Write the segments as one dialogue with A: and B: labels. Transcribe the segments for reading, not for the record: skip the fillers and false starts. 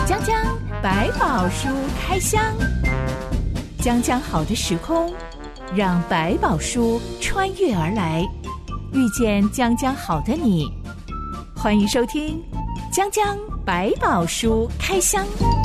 A: 江江百宝书开箱，江江好的时空，让百宝书穿越而来，遇见江江好的你。欢迎收听江江百宝书开箱。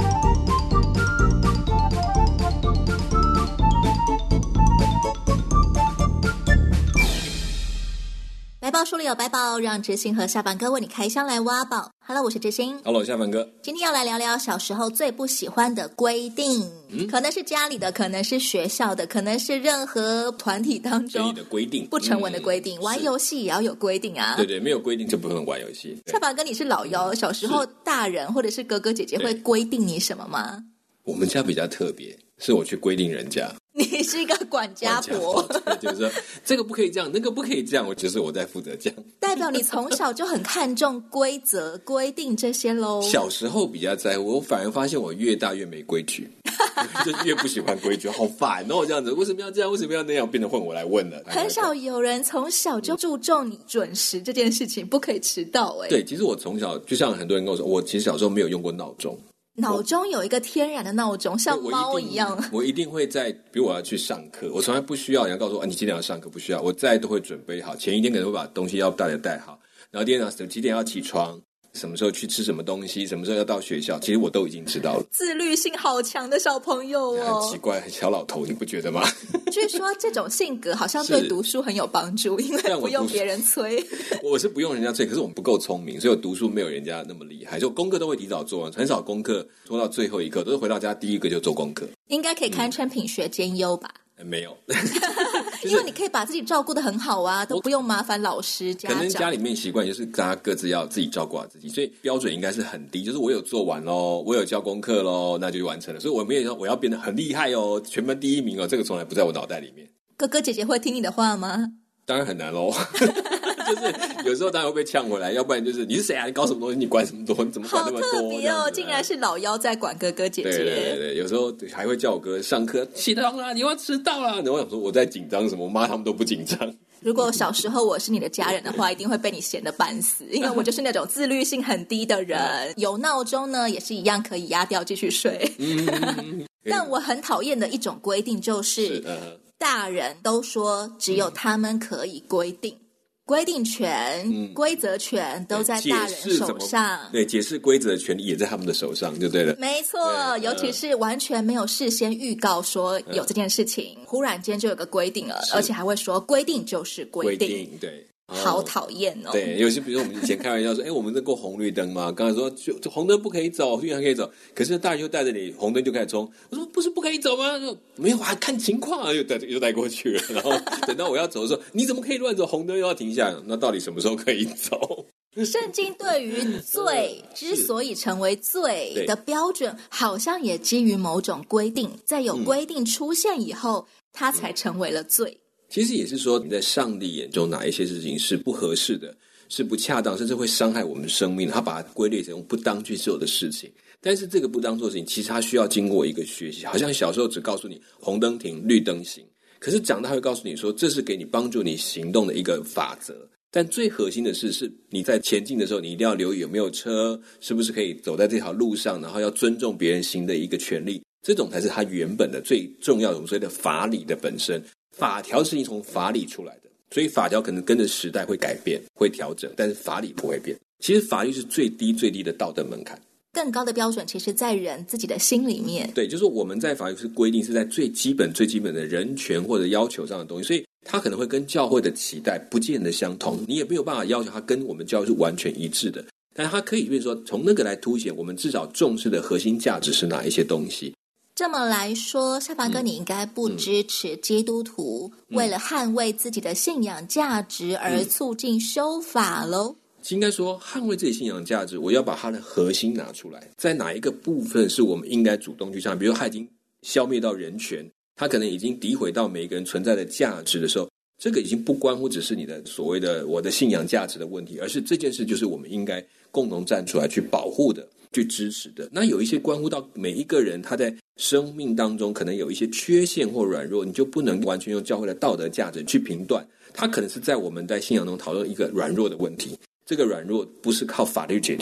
B: 百宝书里有百宝，让知心和下凡哥为你开箱来挖宝。Hello， 我是知心。
C: Hello， 下凡哥。
B: 今天要来聊聊小时候最不喜欢的规定，可能是家里的，可能是学校的，可能是任何团体当中
C: 的规定，
B: 不成文的规定。玩游戏也要有规定啊。
C: 对对，没有规定就不能玩游戏。
B: 下凡哥，你是老幺，小时候大人或者是哥哥姐姐会规定你什么吗？
C: 我们家比较特别，是我去规定人家。
B: 你是一个管家婆，
C: 就是说这个不可以这样，那个不可以这样，就是我在负责这样。
B: 代表你从小就很看重规则、规定这些咯。
C: 小时候比较在乎，我反而发现我越大越没规矩，就越不喜欢规矩，好烦哦！这样子为什么要这样？为什么要那样？变成换我来问了。
B: 很少有人从小就注重你准时这件事情，不可以迟到。
C: 对，其实我从小就像很多人跟我说，我其实小时候没有用过闹钟。
B: 脑中有一个天然的闹钟，像猫一样。
C: 我一定会在，比如我要去上课，我从来不需要人家告诉我，你几点要上课，不需要，我都会准备好。前一天可能会把东西要带好，然后第二天几点要起床，什么时候去吃什么东西，什么时候要到学校，其实我都已经知道了。
B: 自律性好强的小朋友哦。
C: 很奇怪，小老头，你不觉得吗？
B: 据说这种性格好像对读书很有帮助，因为不用别人催。
C: 我是不用人家催，可是我们不够聪明，所以我读书没有人家那么厉害，所以我功课都会提早做完，很少功课拖到最后一刻，都是回到家第一个就做功课。
B: 应该可以堪称品学兼优吧？
C: 没有。
B: 因为你可以把自己照顾得很好啊，都不用麻烦老师家长。
C: 可能家里面习惯就是大家各自要自己照顾好自己，所以标准应该是很低，就是我有做完咯，我有交功课咯，那就完成了。所以我没有说我要变得很厉害哦，全班第一名哦，这个从来不在我脑袋里面。
B: 哥哥姐姐会听你的话吗？
C: 当然很难咯。就是有时候当然会被呛回来，要不然就是你是谁啊？你搞什么东西？你管什么多？你怎么管那么多？
B: 好特别哦，竟然是老幺在管哥哥姐姐。
C: 对对对，有时候还会叫我哥上课起床啦，你要迟到啦。然后我想说我在紧张什么，我妈他们都不紧张。
B: 如果小时候我是你的家人的话，一定会被你嫌得半死，因为我就是那种自律性很低的人。有闹钟呢，也是一样可以压掉继续睡。但我很讨厌的一种规定就是大人都说只有他们可以规定。规定权、规则权都在大人手上。
C: 对，解释规则的权利也在他们的手上，就对了。
B: 没错，尤其是完全没有事先预告说有这件事情，忽然间就有个规定了，而且还会说规定就是规定。
C: 对。
B: 好讨厌哦！
C: 对，有些比如我们以前开玩笑说，我们在过红绿灯嘛，刚才说就红灯不可以走，绿灯可以走，可是大人就带着你红灯就开始冲，我说不是不可以走吗？说没有啊，看情况啊，又带过去了。然后等到我要走的时候，你怎么可以乱走？红灯又要停下来，那到底什么时候可以走？
B: 圣经对于罪之所以成为罪的标准，好像也基于某种规定，在有规定出现以后，它才成为了罪。
C: 其实也是说，你在上帝眼中哪一些事情是不合适的，是不恰当，甚至会伤害我们生命的，他把它归类成不当去做的事情。但是这个不当做的事情，其实它需要经过一个学习。好像小时候只告诉你红灯停，绿灯行，可是长大会告诉你说，这是给你帮助你行动的一个法则。但最核心的是你在前进的时候，你一定要留意有没有车，是不是可以走在这条路上，然后要尊重别人行的一个权利。这种才是它原本的最重要的，我们所谓的法理的本身。法条是从法理出来的，所以法条可能跟着时代会改变会调整，但是法理不会变。其实法律是最低的道德门槛，
B: 更高的标准其实在人自己的心里面。
C: 对，就是我们在法律是规定是在最基本的人权或者要求上的东西，所以它可能会跟教会的期待不见得相同，你也没有办法要求它跟我们教会是完全一致的，但它可以变成说从那个来凸显我们至少重视的核心价值是哪一些东西。
B: 这么来说，下凡哥，你应该不支持基督徒为了捍卫自己的信仰价值而促进修法咯？
C: 应该说捍卫自己信仰价值，我要把它的核心拿出来，在哪一个部分是我们应该主动去上，比如他已经消灭到人权，他可能已经诋毁到每一个人存在的价值的时候，这个已经不关乎只是你的所谓的我的信仰价值的问题，而是这件事就是我们应该共同站出来去保护的，去支持的。那有一些关乎到每一个人他在生命当中可能有一些缺陷或软弱，你就不能完全用教会的道德价值去评断，它可能是在我们在信仰中讨论一个软弱的问题，这个软弱不是靠法律解决的，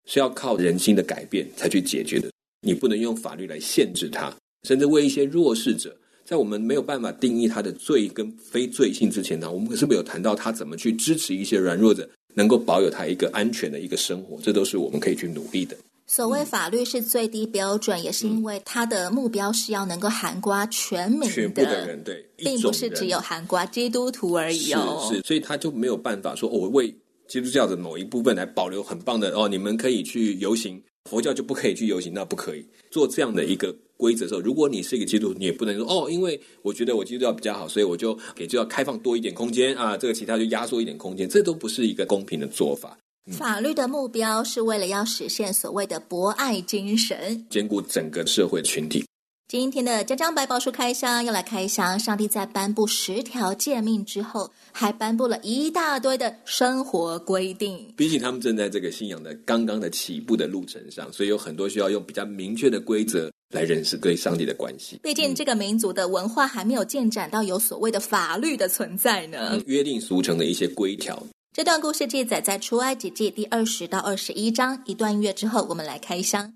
C: 是要靠人心的改变才去解决的。你不能用法律来限制它，甚至为一些弱势者，在我们没有办法定义他的罪跟非罪性之前呢，我们可是没有谈到他怎么去支持一些软弱者能够保有他一个安全的一个生活，这都是我们可以去努力的。
B: 所谓法律是最低标准，也是因为它的目标是要能够涵盖全民的，
C: 全部的人，对，
B: 并不是只有涵盖基督徒而已哦。
C: 是，所以他就没有办法说，我为基督教的某一部分来保留很棒的你们可以去游行，佛教就不可以去游行，那不可以做这样的一个规则的时候，如果你是一个基督徒，你也不能说因为我觉得我基督教比较好，所以我就给基督教开放多一点空间啊，这个其他就压缩一点空间，这都不是一个公平的做法。
B: 法律的目标是为了要实现所谓的博爱精神，
C: 兼顾整个社会群体。
B: 今天的江江百宝书开箱要来开箱，上帝在颁布10条诫命之后，还颁布了一大堆的生活规定。
C: 毕竟他们正在这个信仰的刚刚的起步的路程上，所以有很多需要用比较明确的规则来认识对上帝的关系。
B: 毕竟这个民族的文化还没有进展到有所谓的法律的存在呢。
C: 约定俗成的一些规条。
B: 这段故事记载在出埃及记第20到21章。一段音乐之后，我们来开箱。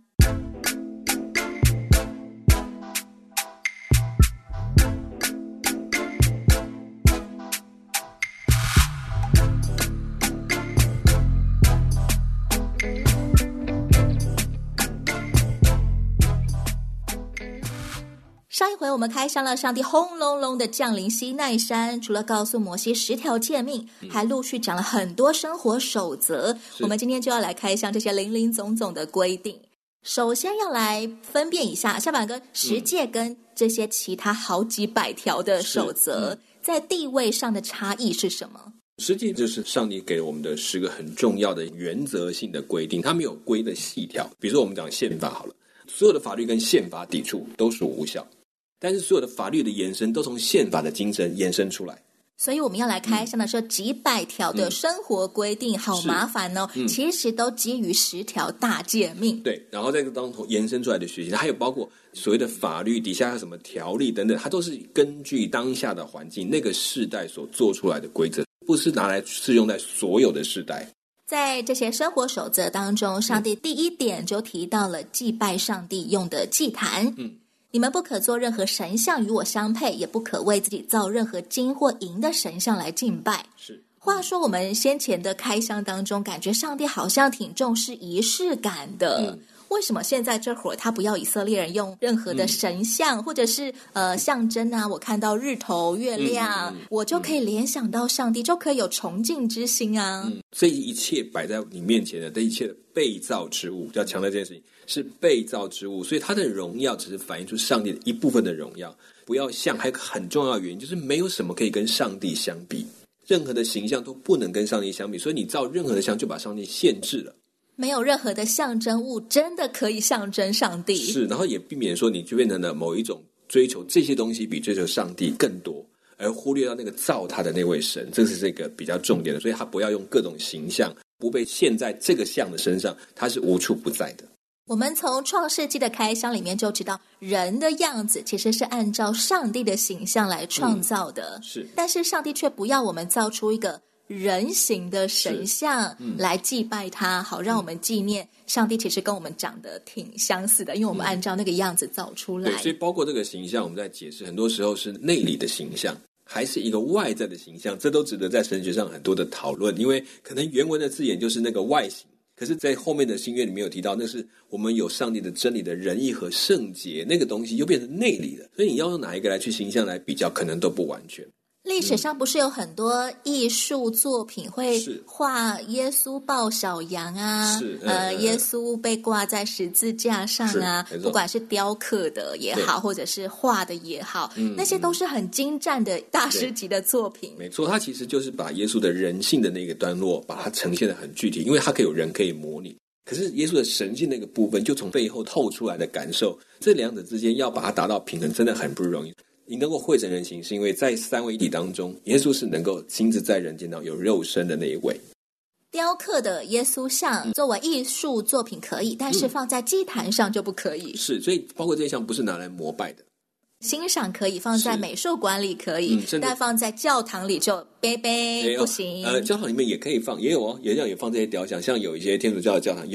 B: 上一回我们开箱了上帝轰隆隆的降临西奈山，除了告诉摩西10条诫命，还陆续讲了很多生活守则。我们今天就要来开箱这些林林总总的规定。首先要来分辨一下下板哥10诫跟这些其他好几百条的守则在地位上的差异是什么？
C: 10诫就是上帝给我们的10个很重要的原则性的规定，它没有规的细条。比如说我们讲宪法好了，所有的法律跟宪法抵触都属无效，但是所有的法律的延伸都从宪法的精神延伸出来。
B: 所以我们要来开箱的时候，几百条的生活规定，好麻烦哦。其实都基于10条大诫命。对，
C: 然后在这当中延伸出来的学习，还有包括所谓的法律底下有什么条例等等，它都是根据当下的环境、那个世代所做出来的规则，不是拿来适用在所有的世代。
B: 在这些生活守则当中，上帝第1点就提到了祭拜上帝用的祭坛。你们不可做任何神像与我相配，也不可为自己造任何金或银的神像来敬拜。
C: 是。
B: 话说我们先前的开箱当中，感觉上帝好像挺重视仪式感的。为什么现在这会儿他不要以色列人用任何的神像，或者是象征啊？我看到日头、月亮，我就可以联想到上帝，就可以有崇敬之心啊。
C: 这一切摆在你面前的这一切的被造之物，要强调这件事情是被造之物，所以它的荣耀只是反映出上帝的一部分的荣耀。不要像，还有个很重要的原因，就是没有什么可以跟上帝相比，任何的形象都不能跟上帝相比，所以你造任何的像就把上帝限制了。
B: 没有任何的象征物真的可以象征上帝。
C: 是，然后也避免说你就变成了某一种追求这些东西比追求上帝更多，而忽略到那个造他的那位神，这是这个比较重点的。所以他不要用各种形象，不被限在这个像的身上，他是无处不在的。
B: 我们从创世纪的开箱里面就知道，人的样子其实是按照上帝的形象来创造的。
C: 是，
B: 但是上帝却不要我们造出一个人形的神像来祭拜他，好让我们纪念上帝其实跟我们长得挺相似的，因为我们按照那个样子造出来。
C: 对，所以包括这个形象我们在解释，很多时候是内里的形象还是一个外在的形象，这都值得在神学上很多的讨论。因为可能原文的字眼就是那个外形，可是在后面的新约里面有提到，那是我们有上帝的真理的仁义和圣洁，那个东西又变成内里了，所以你要用哪一个来去形象来比较，可能都不完全。
B: 历史上不是有很多艺术作品会画耶稣抱小羊啊，耶稣被挂在十字架上啊，不管是雕刻的也好，或者是画的也好，那些都是很精湛的大师级的作品。
C: 没错，它其实就是把耶稣的人性的那个段落把它呈现得很具体，因为它可以有人可以模拟。可是耶稣的神性那个部分就从背后透出来的感受，这两者之间要把它达到平衡真的很不容易。你能够汇整人形，是因为在三位一体当中，耶稣是能够亲自在人间当有肉身的那一位。
B: 雕刻的耶稣像作为艺术作品可以，但是放在祭坛上就不可以。
C: 是，所以包括这些像不是拿来膜拜的，
B: 欣赏可以，放在美术馆里可以，但放在教堂里就不行。
C: 教堂里面也可以放，也有也放这些雕像，像有一些天主教的教堂有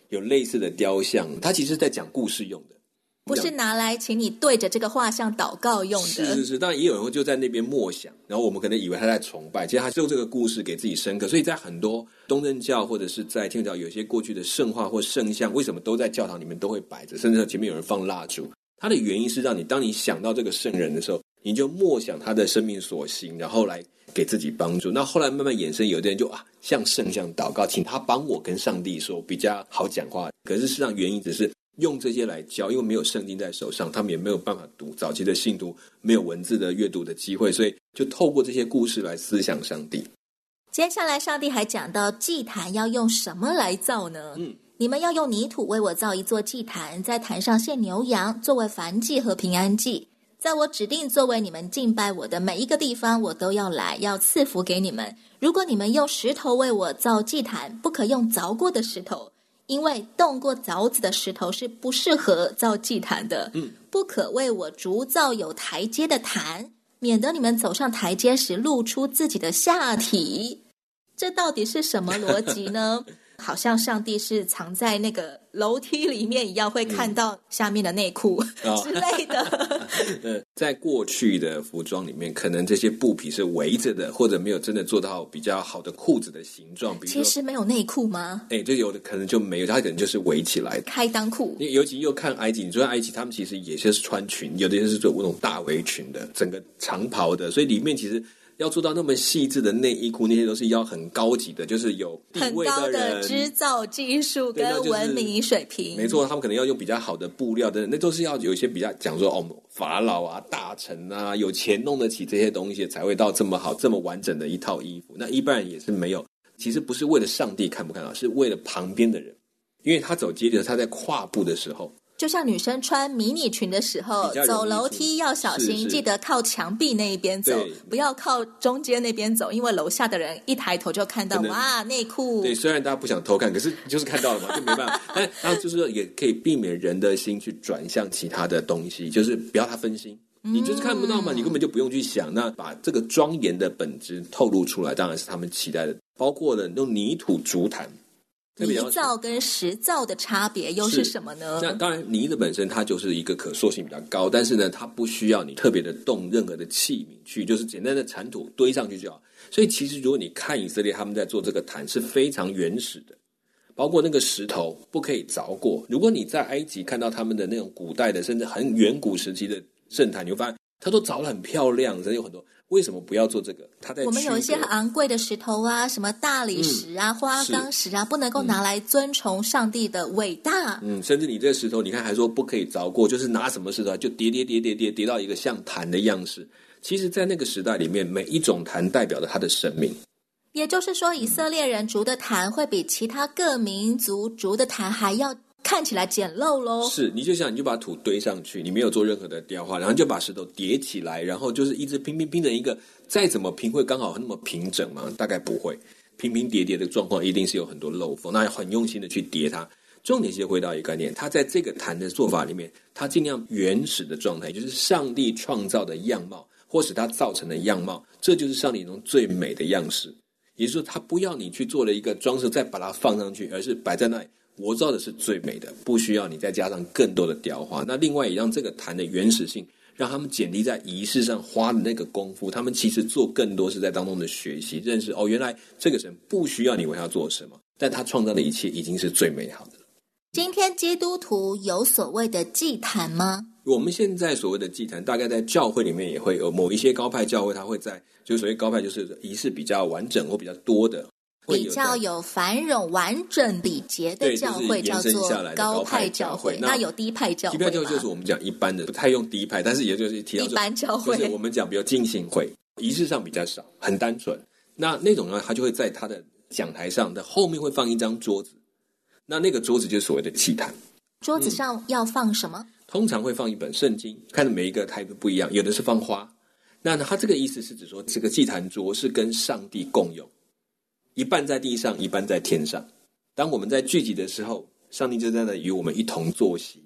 C: 有类似的雕像，它其实是在讲故事用的，
B: 不是拿来请你对着这个画像祷告用的。
C: 是，当然也有人会就在那边默想，然后我们可能以为他在崇拜，其实他就这个故事给自己深刻。所以在很多东正教或者是在天主教有些过去的圣画或圣像，为什么都在教堂里面都会摆着，甚至前面有人放蜡烛？它的原因是让你当你想到这个圣人的时候，你就默想他的生命所行，然后来给自己帮助。那后来慢慢衍生，有的人就向圣像祷告，请他帮我跟上帝说，比较好讲话。可是事实上原因只是用这些来教，因为没有圣经在手上，他们也没有办法读，早期的信徒没有文字的阅读的机会，所以就透过这些故事来思想上帝。
B: 接下来上帝还讲到祭坛要用什么来造呢？你们要用泥土为我造一座祭坛，在坛上献牛羊，作为燔祭和平安祭。在我指定作为你们敬拜我的每一个地方，我都要来，要赐福给你们。如果你们用石头为我造祭坛，不可用凿过的石头，因为动过凿子的石头是不适合造祭坛的。不可为我筑造有台阶的坛，免得你们走上台阶时露出自己的下体。这到底是什么逻辑呢？好像上帝是藏在那个楼梯里面一样，会看到下面的内裤之类的。
C: 在过去的服装里面，可能这些布匹是围着的，或者没有真的做到比较好的裤子的形状。比如说
B: 其实没有内裤吗？
C: 就有的可能就没有，它可能就是围起来的
B: 开裆裤。
C: 尤其又看埃及，你说埃及他们其实也是穿裙，有的人是做那种大围裙的，整个长袍的，所以里面其实要做到那么细致的内衣裤，那些都是要很高级的，就是有地位的人，
B: 很高的织造技术跟文明水平。
C: 没错，他们可能要用比较好的布料的，那都是要有一些比较讲说法老啊、大臣啊，有钱弄得起这些东西，才会到这么好、这么完整的一套衣服。那一般人也是没有。其实不是为了上帝看不看到，是为了旁边的人，因为他走阶梯，他在跨步的时候。
B: 就像女生穿迷你裙的时候，走楼梯要小心，记得靠墙壁那一边走，不要靠中间那边走，因为楼下的人一抬头就看到哇内裤。
C: 对，虽然大家不想偷看，可是就是看到了嘛，就没办法。但然后就是说也可以避免人的心去转向其他的东西，就是不要他分心。你就是看不到嘛，你根本就不用去想。那把这个庄严的本质透露出来，当然是他们期待的。包括了用泥土筑坛。
B: 泥造跟石造的差别又是什么呢？
C: 那当然泥的本身它就是一个可塑性比较高，但是呢它不需要你特别的动任何的器皿去，就是简单的铲土堆上去就好。所以其实如果你看以色列他们在做这个坛是非常原始的，包括那个石头不可以凿过。如果你在埃及看到他们的那种古代的甚至很远古时期的圣坛，你会发现它都凿得很漂亮，甚至有很多。为什么不要做这个？它在
B: 我们有一些很昂贵的石头啊，什么大理石啊、花岗石啊，不能够拿来尊崇上帝的伟大。
C: 甚至你这个石头，你看还说不可以凿过，就是拿什么石头就叠到一个像坛的样式。其实，在那个时代里面，每一种坛代表着它的生命。
B: 也就是说，以色列人筑的坛会比其他各民族筑的坛还要看起来简陋咯。
C: 是，你就把土堆上去，你没有做任何的雕花，然后就把石头叠起来，然后就是一直拼成一个，再怎么拼会刚好那么平整吗？大概不会，拼叠的状况一定是有很多漏缝，那很用心的去叠它。重点是回到一个概念，它在这个坛的做法里面，它尽量原始的状态，就是上帝创造的样貌，或使它造成的样貌，这就是上帝中最美的样式。也就是说，他不要你去做了一个装饰再把它放上去，而是摆在那里。我造的是最美的，不需要你再加上更多的雕花。那另外也让这个坛的原始性，让他们减低在仪式上花的那个功夫。他们其实做更多是在当中的学习，认识原来这个神不需要你为他做什么，但他创造的一切已经是最美好的了。
B: 今天基督徒有所谓的祭坛吗？
C: 我们现在所谓的祭坛，大概在教会里面也会有某一些高派教会，它会在就是所谓高派，就是仪式比较完整或比较多的。
B: 比较有繁荣完整礼节的教会叫做高派教会，那有低派教会吗？
C: 低派教会就是我们讲一般的，不太用低派，但是也就是提到
B: 一般教会，
C: 就是我们讲比如浸信会，仪式上比较少，很单纯。那种呢，他就会在他的讲台上的后面会放一张桌子，那个桌子就是所谓的祭坛。
B: 桌子上要放什么？
C: 通常会放一本圣经，看的每一个台不一样，有的是放花。那他这个意思是指说，这个祭坛桌是跟上帝共用。一半在地上，一半在天上。当我们在聚集的时候，上帝就在那与我们一同坐席。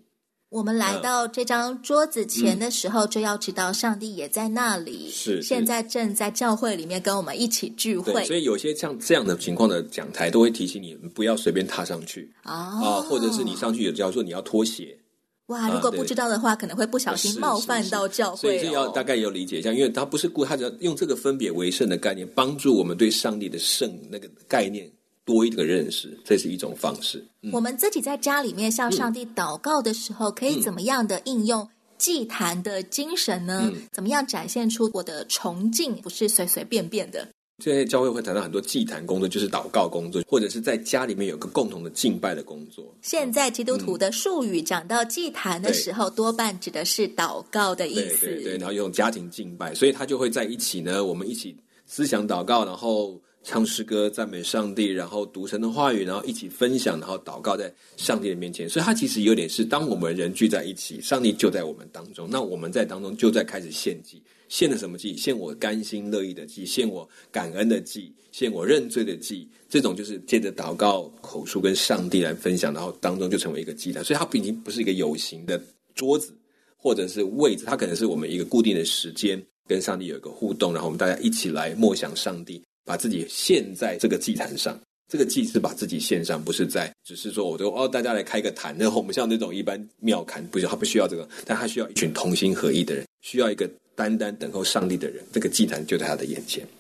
B: 我们来到这张桌子前的时候，就要知道上帝也在那里，
C: 是
B: 现在正在教会里面跟我们一起聚会。
C: 所以有些像这样的情况的讲台都会提醒你不要随便踏上去或者是你上去有教说你要脱鞋。
B: 哇，如果不知道的话，可能会不小心冒犯到教会。
C: 所以要大概要理解一下，因为他不是他只要用这个分别为圣的概念，帮助我们对上帝的圣那个概念多一个认识，这是一种方式。
B: 我们自己在家里面向上帝祷告的时候，可以怎么样的应用祭坛的精神呢？怎么样展现出我的崇敬不是随随便便的？
C: 现在教会会谈到很多祭坛工作，就是祷告工作，或者是在家里面有个共同的敬拜的工作。
B: 现在基督徒的术语讲到祭坛的时候，多半指的是祷告的意思。
C: 对，然后用家庭敬拜，所以他就会在一起呢，我们一起思想祷告，然后唱诗歌赞美上帝，然后读神的话语，然后一起分享，然后祷告在上帝的面前。所以它其实有点是当我们人聚在一起，上帝就在我们当中，那我们在当中就在开始献祭。献了什么祭？献我甘心乐意的祭，献我感恩的祭，献我认罪的祭。这种就是借着祷告口述跟上帝来分享，然后当中就成为一个祭坛。所以它已经不是一个有形的桌子或者是位置，它可能是我们一个固定的时间跟上帝有一个互动，然后我们大家一起来默想上帝，把自己献在这个祭坛上。这个祭是把自己献上，不是在只是说大家来开个坛，然后我们像那种一般庙坛，他不需要这个，但他需要一群同心合意的人，需要一个单单等候上帝的人，这个祭坛就在他的眼前。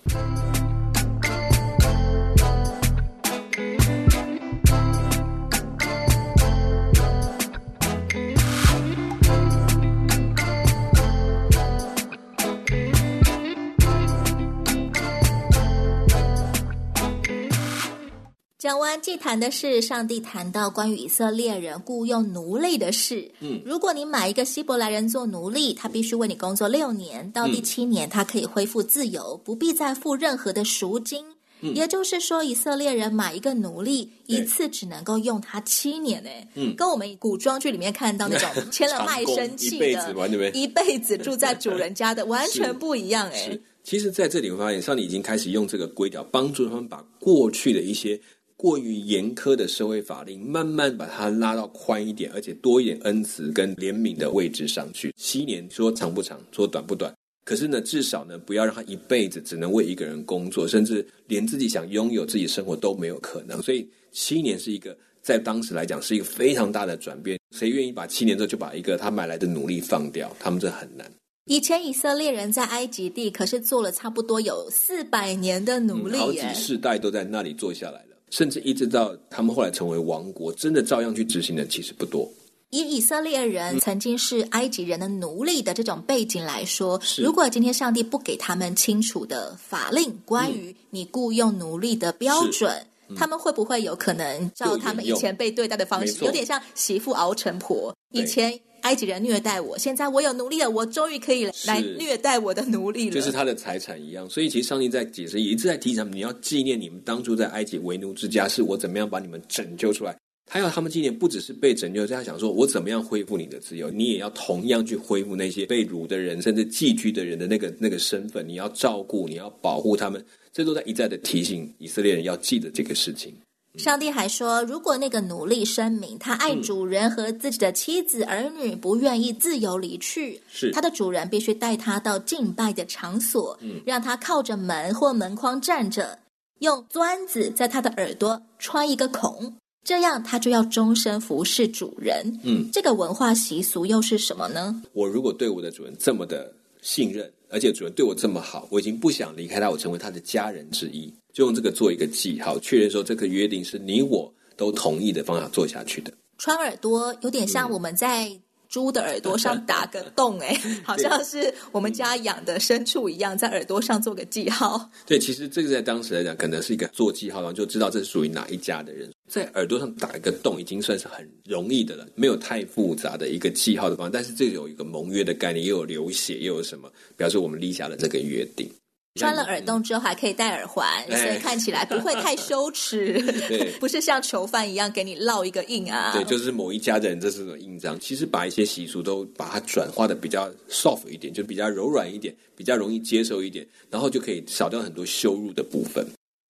B: 讲完祭坛的事，上帝谈到关于以色列人雇用奴隶的事。如果你买一个希伯来人做奴隶，他必须为你工作6年，到第7年他可以恢复自由，不必再付任何的赎金。也就是说，以色列人买一个奴隶一次只能够用他7年跟我们古装剧里面看到那种签了卖身契的一辈子住在主人家的完全不一样
C: 其实在这里我发现上帝已经开始用这个规条帮助他们把过去的一些过于严苛的社会法令慢慢把它拉到宽一点，而且多一点恩慈跟怜悯的位置上去。7年说长不长，说短不短，可是呢至少呢不要让他一辈子只能为一个人工作，甚至连自己想拥有自己生活都没有可能。所以7年是一个在当时来讲是一个非常大的转变。谁愿意把7年之后就把一个他买来的奴隶放掉？他们这很难。
B: 以前以色列人在埃及地可是做了差不多有400年的奴隶
C: 好几世代都在那里做下来了，甚至一直到他们后来成为王国，真的照样去执行的其实不多。
B: 以色列人曾经是埃及人的奴隶的这种背景来说，如果今天上帝不给他们清楚的法令关于你雇用奴隶的标准，他们会不会有可能照他们以前被对待的方式，有点像媳妇熬成婆？以前埃及人虐待我，现在我有奴隶了，我终于可以来虐待我的奴隶了，
C: 就是他的财产一样。所以其实上帝在解释也一直在提醒你要纪念你们当初在埃及为奴之家，是我怎么样把你们拯救出来。他要他们纪念不只是被拯救，他想说我怎么样恢复你的自由，你也要同样去恢复那些被掳的人甚至寄居的人的那个身份，你要照顾，你要保护他们。这都在一再的提醒以色列人要记得这个事情。
B: 上帝还说，如果那个奴隶声明他爱主人和自己的妻子儿女，不愿意自由离去，他的主人必须带他到敬拜的场所，让他靠着门或门框站着，用钻子在他的耳朵穿一个孔，这样他就要终身服侍主人。这个文化习俗又是什么呢？
C: 我如果对我的主人这么的信任，而且主人对我这么好，我已经不想离开他，我成为他的家人之一，就用这个做一个记号，确认说这个约定是你我都同意的方法做下去的。
B: 穿耳朵有点像我们在猪的耳朵上打个洞好像是我们家养的牲畜一样，在耳朵上做个记号。
C: 对，其实这个在当时来讲可能是一个做记号，然后就知道这是属于哪一家的人。在耳朵上打一个洞已经算是很容易的了，没有太复杂的一个记号的方法，但是这有一个盟约的概念，也有流血，也有什么表示我们立下了这个约定。
B: 穿了耳洞之后还可以戴耳环，所以看起来不会太羞耻不是像囚犯一样给你烙一个印啊。
C: 对，就是某一家的人这是种印章。其实把一些习俗都把它转化的比较 soft 一点，就比较柔软一点，比较容易接受一点，然后就可以少掉很多羞辱的部分。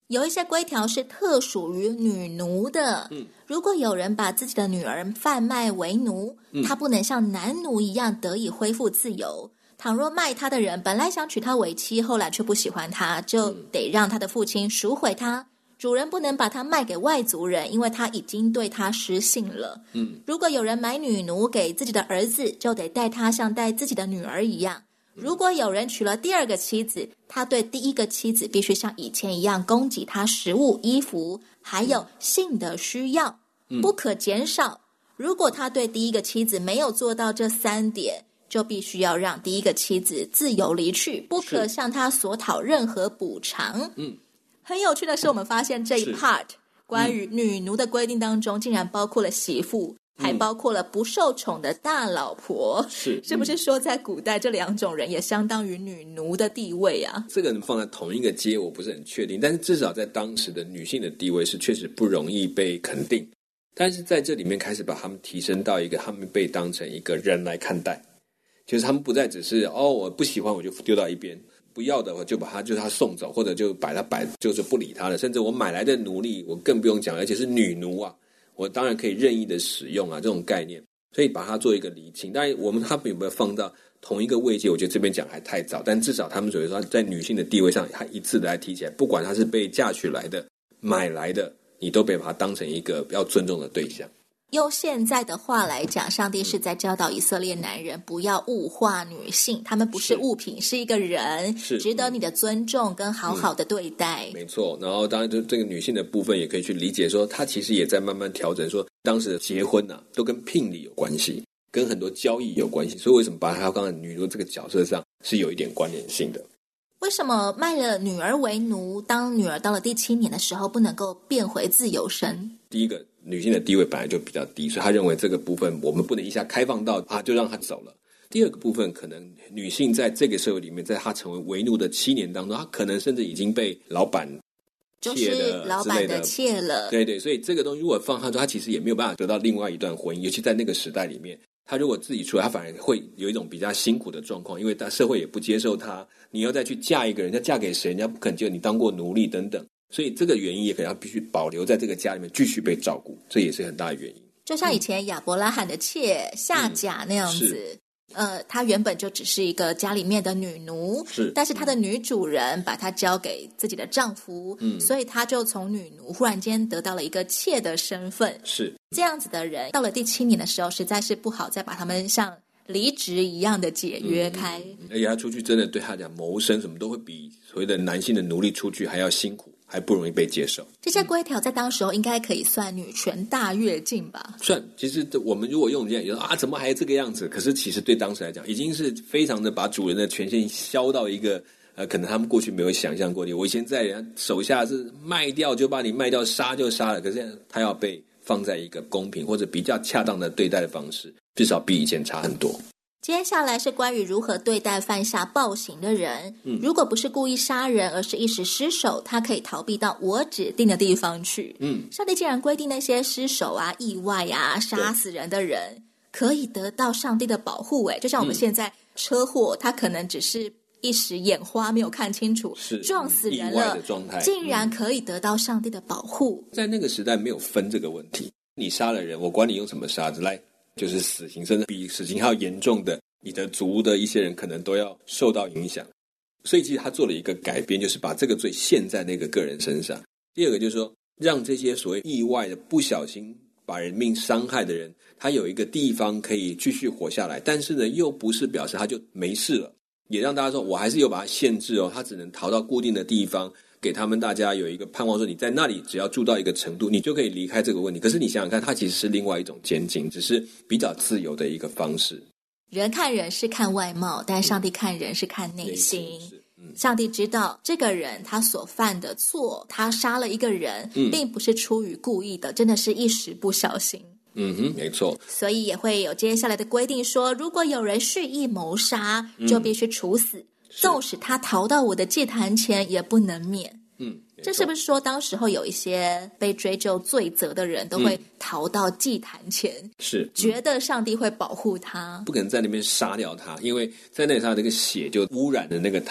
B: 有一些规条是特属于女奴的，如果有人把自己的女儿贩卖为奴，她不能像男奴一样得以恢复自由。倘若卖她的人本来想娶她为妻，后来却不喜欢她，就得让她的父亲赎回她。主人不能把她卖给外族人，因为她已经对她失信了。如果有人买女奴给自己的儿子，就得待她像待自己的女儿一样。如果有人娶了第二个妻子，他对第一个妻子必须像以前一样供给他食物、衣服，还有性的需要，不可减少。如果他对第一个妻子没有做到这3点，就必须要让第一个妻子自由离去，不可向他索讨任何补偿。很有趣的是，我们发现这一 part 关于女奴的规定当中，竟然包括了媳妇，还包括了不受宠的大老婆。是不是说在古代这2种人也相当于女奴的地位啊？
C: 这个放在同一个阶我不是很确定，但是至少在当时的女性的地位是确实不容易被肯定，但是在这里面开始把他们提升到一个他们被当成一个人来看待，就是他们不再只是我不喜欢我就丢到一边，不要的我就把他送走，或者就把他就是不理他了，甚至我买来的奴隶我更不用讲，而且是女奴啊，我当然可以任意的使用啊，这种概念，所以把它做一个厘清。当然他们有没有放到同一个位阶，我觉得这边讲还太早，但至少他们所谓说在女性的地位上还一次的来提起来，不管她是被嫁娶来的买来的，你都被把它当成一个要尊重的对象。
B: 用现在的话来讲，上帝是在教导以色列男人不要物化女性，他们不是物品，是一个人，值得你的尊重跟好好的对待。
C: 没错，然后当然就这个女性的部分也可以去理解说，她其实也在慢慢调整，说当时的结婚都跟聘礼有关系，跟很多交易有关系，所以为什么把她刚才女奴这个角色上是有一点关联性的。
B: 为什么卖了女儿为奴，当女儿到了第7年的时候不能够变回自由身？
C: 第一个，女性的地位本来就比较低，所以他认为这个部分我们不能一下开放到就让她走了。第二个部分，可能女性在这个社会里面，在她成为为奴的7年当中，她可能甚至已经被老板
B: 就是老板的妾了。
C: 对，所以这个东西如果放她，她其实也没有办法得到另外一段婚姻，尤其在那个时代里面，她如果自己出来，她反而会有一种比较辛苦的状况，因为社会也不接受她，你要再去嫁一个人，要嫁给谁，人家不肯接受你当过奴隶等等。所以这个原因也可能要必须保留在这个家里面继续被照顾，这也是很大的原因。
B: 就像以前亚伯拉罕的妾夏甲那样子，她原本就只是一个家里面的女奴，但是她的女主人把她交给自己的丈夫，所以她就从女奴忽然间得到了一个妾的身份。是这样子的人，到了第7年的时候，实在是不好再把他们像离职一样的解约开。
C: 而且他出去真的对他讲谋生什么都会比所谓的男性的奴隶出去还要辛苦，还不容易被接受。
B: 这些规条在当时候应该可以算女权大跃进吧？
C: 算，其实我们如果用这样，就说怎么还这个样子？可是其实对当时来讲，已经是非常的把主人的权限削到一个可能他们过去没有想象过的。我以前在人家手下是卖掉就把你卖掉，杀就杀了，可是他要被放在一个公平或者比较恰当的对待的方式，至少比以前差很多。
B: 接下来是关于如何对待犯下暴行的人。如果不是故意杀人，而是一时失手，他可以逃避到我指定的地方去。上帝既然规定那些失手意外杀死人的人可以得到上帝的保护，就像我们现在车祸，他可能只是一时眼花没有看清楚，撞死人了，竟然可以得到上帝的保护。
C: 在那个时代没有分这个问题，你杀了人，我管你用什么杀子来，就是死刑，甚至比死刑还要严重的，你的族的一些人可能都要受到影响。所以其实他做了一个改变，就是把这个罪陷在那个个人身上。第二个就是说，让这些所谓意外的不小心把人命伤害的人，他有一个地方可以继续活下来，但是呢又不是表示他就没事了，也让大家说我还是有把它限制他只能逃到固定的地方，给他们大家有一个盼望，说你在那里只要住到一个程度，你就可以离开这个问题。可是你想想看，它其实是另外一种监禁，只是比较自由的一个方式。
B: 人看人是看外貌，但上帝看人是看内心。上帝知道这个人他所犯的错，他杀了一个人，并不是出于故意的，真的是一时不小心。
C: 没错。
B: 所以也会有接下来的规定说，如果有人蓄意谋杀，就必须处死，纵使他逃到我的祭坛前，也不能免。这是不是说当时候有一些被追究罪责的人都会逃到祭坛前，是觉得上帝会保护他，
C: 不可能在那边杀掉他，因为在那里他这个血就污染了那个坛，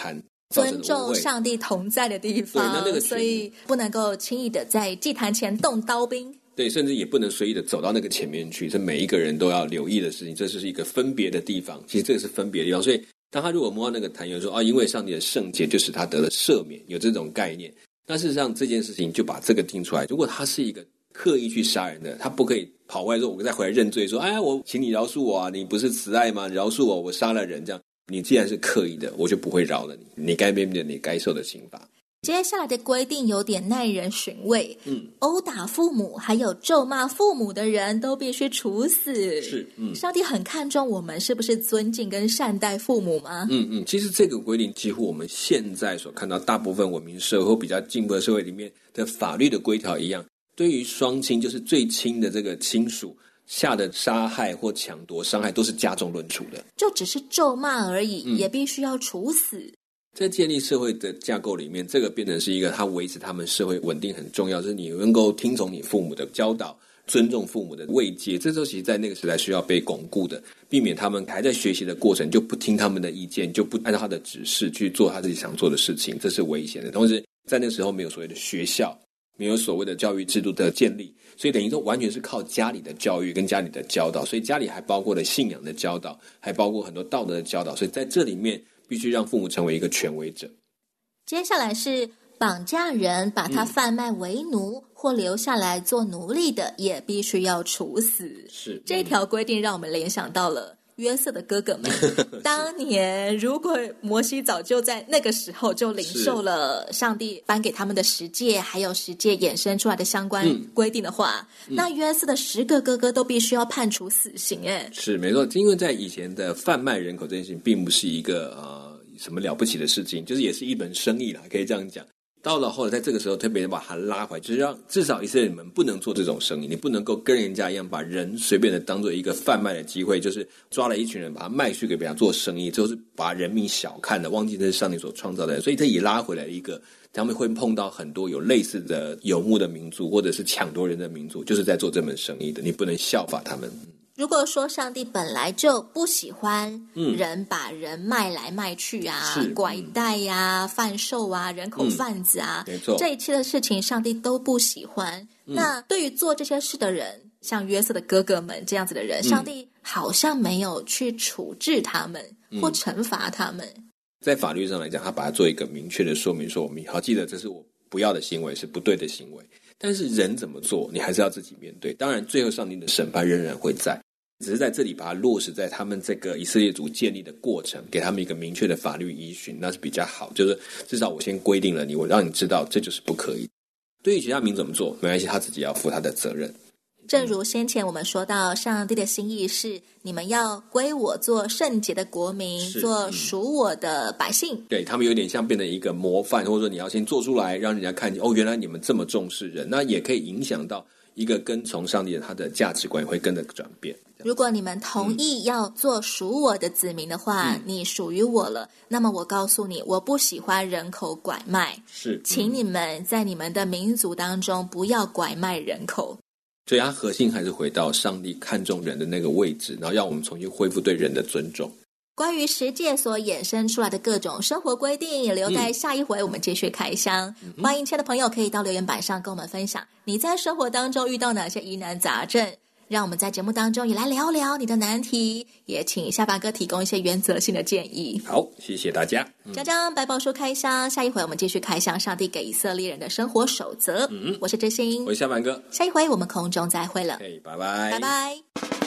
B: 尊重上帝同在的地方，
C: 对，那
B: 所以不能够轻易的在祭坛前动刀兵。
C: 对，甚至也不能随意的走到那个前面去，这每一个人都要留意的事情，这是一个分别的地方。其实这个是分别的地方，所以当他如果摸到那个坛，有说因为上帝的圣洁，就使他得了赦免，有这种概念。那事实上这件事情就把这个听出来。如果他是一个刻意去杀人的，他不可以跑回来说，我再回来认罪说，我请你饶恕我啊，你不是慈爱吗？饶恕我，我杀了人这样。你既然是刻意的，我就不会饶了你，你该面对你该受的刑罚。
B: 接下来的规定有点耐人寻味，殴打父母还有咒骂父母的人都必须处死。
C: 是，
B: 上帝很看重我们是不是尊敬跟善待父母吗？
C: 其实这个规定几乎我们现在所看到大部分文明社会或比较进步的社会里面的法律的规条一样，对于双亲就是最亲的这个亲属下的杀害或抢夺伤害都是加重论处的，
B: 就只是咒骂而已，也必须要处死。
C: 在建立社会的架构里面，这个变成是一个它维持他们社会稳定很重要，就是你能够听从你父母的教导，尊重父母的慰藉，这时候其实在那个时代需要被巩固的，避免他们还在学习的过程就不听他们的意见，就不按照他的指示去做他自己想做的事情，这是危险的。同时在那个时候没有所谓的学校，没有所谓的教育制度的建立，所以等于说完全是靠家里的教育跟家里的教导，所以家里还包括了信仰的教导，还包括很多道德的教导，所以在这里面必须让父母成为一个权威者。
B: 接下来是绑架人，把他贩卖为奴，或留下来做奴隶的，也必须要处死。
C: 是，
B: 这条规定让我们联想到了约瑟的哥哥们。当年如果摩西早就在那个时候就领受了上帝颁给他们的十诫，还有十诫衍生出来的相关规定的话，那约瑟的10个哥哥都必须要判处死刑。
C: 是没错，因为在以前的贩卖人口这件事情并不是一个什么了不起的事情，就是也是一门生意啦，可以这样讲。到了后来在这个时候特别把他拉回来，就是让至少以色列人们不能做这种生意，你不能够跟人家一样把人随便的当做一个贩卖的机会，就是抓了一群人把他卖去给别人做生意，就是把人民小看了，忘记这是上帝所创造的人。所以这也拉回来一个他们会碰到很多有类似的游牧的民族或者是抢夺人的民族，就是在做这门生意的，你不能效法他们。
B: 如果说上帝本来就不喜欢人把人卖来卖去啊，拐带啊，贩售啊，人口贩子啊，
C: 没错，
B: 这一切的事情上帝都不喜欢。那对于做这些事的人，像约瑟的哥哥们这样子的人，上帝好像没有去处置他们或惩罚他们。
C: 在法律上来讲，他把它做一个明确的说明，说我们好记得这是我不要的行为，是不对的行为。但是人怎么做，你还是要自己面对。当然最后上帝的审判仍然会在，只是在这里把它落实在他们这个以色列族建立的过程，给他们一个明确的法律依循，那是比较好。就是至少我先规定了你，我让你知道这就是不可以。对于其他民怎么做没关系，他自己要负他的责任。
B: 正如先前我们说到，上帝的心意是你们要归我做圣洁的国民，做属我的百姓。
C: 对，他们有点像变成一个模范，或者说你要先做出来让人家看见，原来你们这么重视人，那也可以影响到一个跟从上帝的他的价值观会跟着转变。
B: 如果你们同意要做属我的子民的话，你属于我了，那么我告诉你，我不喜欢人口拐卖，请你们在你们的民族当中不要拐卖人口。
C: 所以它核心还是回到上帝看重人的那个位置，然后让我们重新恢复对人的尊重。
B: 关于十诫所衍生出来的各种生活规定，也留待下一回我们继续开箱。欢迎亲爱的朋友可以到留言板上跟我们分享你在生活当中遇到哪些疑难杂症，让我们在节目当中也来聊聊你的难题，也请下巴哥提供一些原则性的建议。
C: 好，谢谢大家。
B: 江江百宝书开箱，下一回我们继续开箱上帝给以色列人的生活守则。我是知心，
C: 我是下巴哥，
B: 下一回我们空中再会了。
C: 拜拜，
B: 拜拜。